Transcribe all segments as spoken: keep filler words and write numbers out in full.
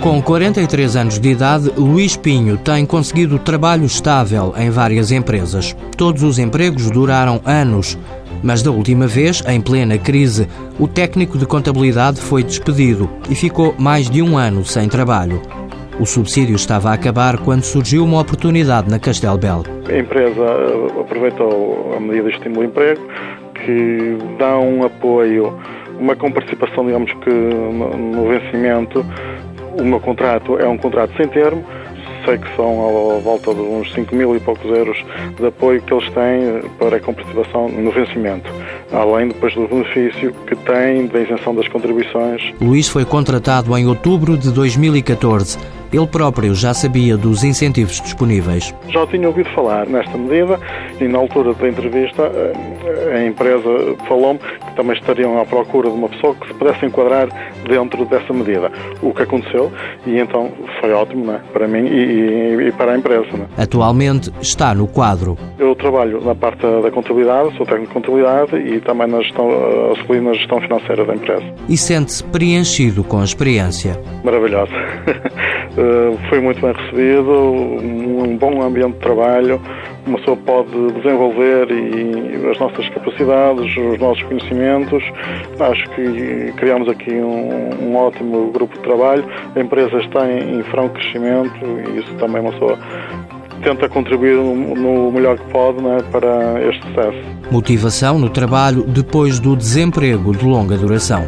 Com quarenta e três anos de idade, Luís Pinho tem conseguido trabalho estável em várias empresas. Todos os empregos duraram anos, mas da última vez, em plena crise, o técnico de contabilidade foi despedido e ficou mais de um ano sem trabalho. O subsídio estava a acabar quando surgiu uma oportunidade na Castelbel. A empresa aproveitou a medida de estímulo de emprego, que dá um apoio, uma comparticipação, digamos que no vencimento. O meu contrato é um contrato sem termo, sei que são à volta de uns cinco mil e poucos euros de apoio que eles têm para a comparticipação no vencimento, além depois do benefício que têm da isenção das contribuições. Luís foi contratado em outubro de dois mil e catorze. Ele próprio já sabia dos incentivos disponíveis. Já tinha ouvido falar nesta medida e na altura da entrevista a empresa falou-me que também estariam à procura de uma pessoa que se pudesse enquadrar dentro dessa medida. O que aconteceu e então foi ótimo, não é? Para mim e, e, e para a empresa. Não é? Atualmente está no quadro. Eu trabalho na parte da contabilidade, sou técnico de contabilidade e também na gestão, auxilio na gestão financeira da empresa. E sente-se preenchido com a experiência. Maravilhoso. Foi muito bem recebido, um bom ambiente de trabalho, uma pessoa pode desenvolver e as nossas capacidades, os nossos conhecimentos. Acho que criamos aqui um, um ótimo grupo de trabalho. A empresa está em, em franco crescimento e isso também uma pessoa tenta contribuir no, no melhor que pode, né, para este sucesso. Motivação no trabalho depois do desemprego de longa duração.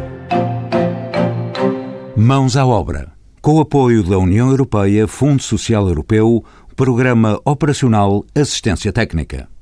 Mãos à obra. Com o apoio da União Europeia, Fundo Social Europeu, Programa Operacional Assistência Técnica.